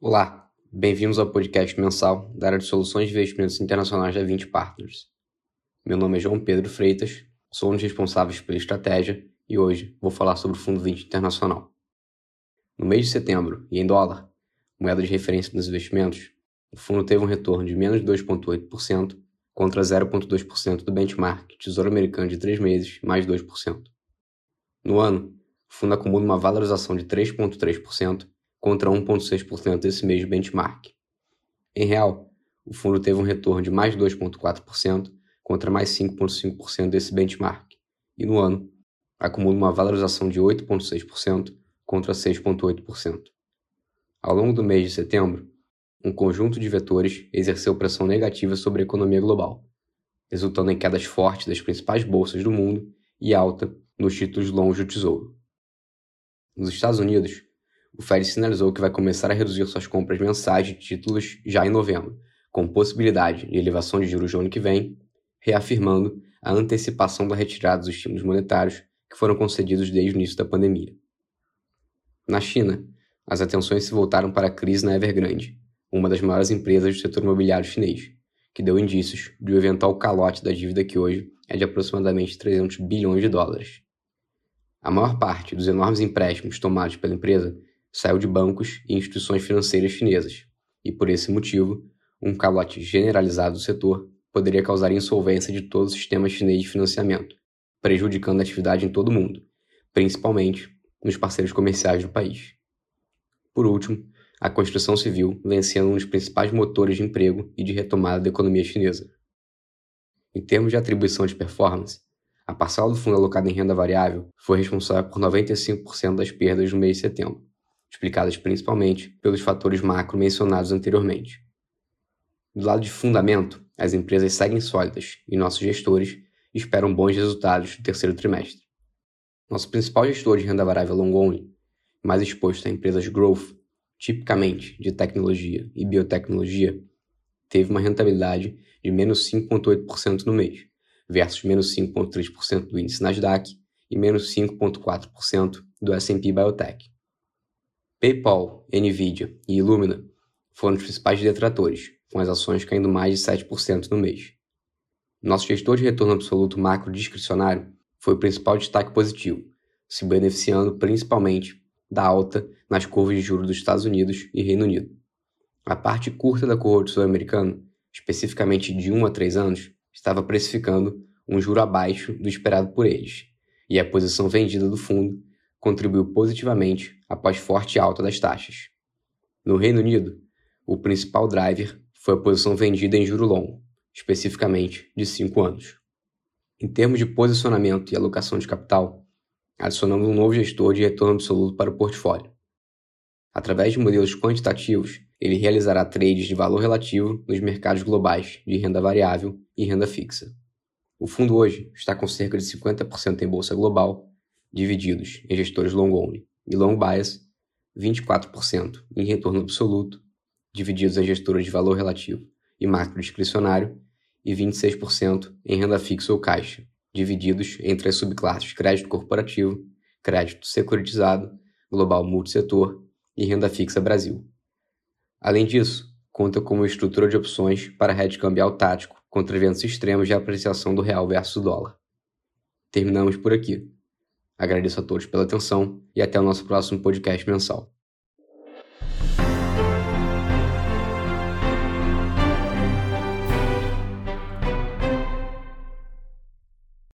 Olá, bem-vindos ao podcast mensal da área de soluções de investimentos internacionais da 20 Partners. Meu nome é João Pedro Freitas, sou um dos responsáveis pela estratégia e hoje vou falar sobre o Fundo 20 Internacional. No mês de setembro, e em dólar, moeda de referência dos investimentos, o fundo teve um retorno de menos 2,8% contra 0,2% do benchmark Tesouro Americano de 3 meses, mais 2%. No ano, o fundo acumula uma valorização de 3,3% contra 1,6% desse mesmo benchmark. Em real, o fundo teve um retorno de mais 2,4% contra mais 5,5% desse benchmark, e no ano, acumula uma valorização de 8,6% contra 6,8%. Ao longo do mês de setembro, um conjunto de vetores exerceu pressão negativa sobre a economia global, resultando em quedas fortes das principais bolsas do mundo e alta nos títulos longos do Tesouro. Nos Estados Unidos, o Fed sinalizou que vai começar a reduzir suas compras mensais de títulos já em novembro, com possibilidade de elevação de juros no ano que vem, reafirmando a antecipação da retirada dos estímulos monetários que foram concedidos desde o início da pandemia. Na China, as atenções se voltaram para a crise na Evergrande, uma das maiores empresas do setor imobiliário chinês, que deu indícios de um eventual calote da dívida que hoje é de aproximadamente 300 bilhões de dólares. A maior parte dos enormes empréstimos tomados pela empresa saiu de bancos e instituições financeiras chinesas, e por esse motivo, um calote generalizado do setor poderia causar insolvência de todo o sistema chinês de financiamento, prejudicando a atividade em todo o mundo, principalmente nos parceiros comerciais do país. Por último, a construção civil vem sendo um dos principais motores de emprego e de retomada da economia chinesa. Em termos de atribuição de performance, a parcela do fundo alocada em renda variável foi responsável por 95% das perdas no mês de setembro, explicadas principalmente pelos fatores macro mencionados anteriormente. Do lado de fundamento, as empresas seguem sólidas e nossos gestores esperam bons resultados no terceiro trimestre. Nosso principal gestor de renda variável long only, mais exposto a empresas growth, tipicamente de tecnologia e biotecnologia, teve uma rentabilidade de menos 5,8% no mês, versus menos 5,3% do índice Nasdaq e menos 5,4% do S&P Biotech. PayPal, Nvidia e Illumina foram os principais detratores, com as ações caindo mais de 7% no mês. Nosso gestor de retorno absoluto macro discricionário foi o principal destaque positivo, se beneficiando principalmente da alta nas curvas de juros dos Estados Unidos e Reino Unido. A parte curta da curva do Tesouro Americano, especificamente de 1 a 3 anos, estava precificando um juro abaixo do esperado por eles, e a posição vendida do fundo contribuiu positivamente após forte alta das taxas. No Reino Unido, o principal driver foi a posição vendida em juro longo, especificamente de 5 anos. Em termos de posicionamento e alocação de capital, adicionamos um novo gestor de retorno absoluto para o portfólio. Através de modelos quantitativos, ele realizará trades de valor relativo nos mercados globais de renda variável e renda fixa. O fundo hoje está com cerca de 50% em bolsa global, divididos em gestores long only e long bias, 24% em retorno absoluto, divididos em gestoras de valor relativo e macro discricionário, e 26% em renda fixa ou caixa, divididos entre as subclasses crédito corporativo, crédito securitizado, global multissetor e renda fixa Brasil. Além disso, conta com uma estrutura de opções para hedge cambial tático contra eventos extremos de apreciação do real versus dólar. Terminamos por aqui. Agradeço a todos pela atenção e até o nosso próximo podcast mensal.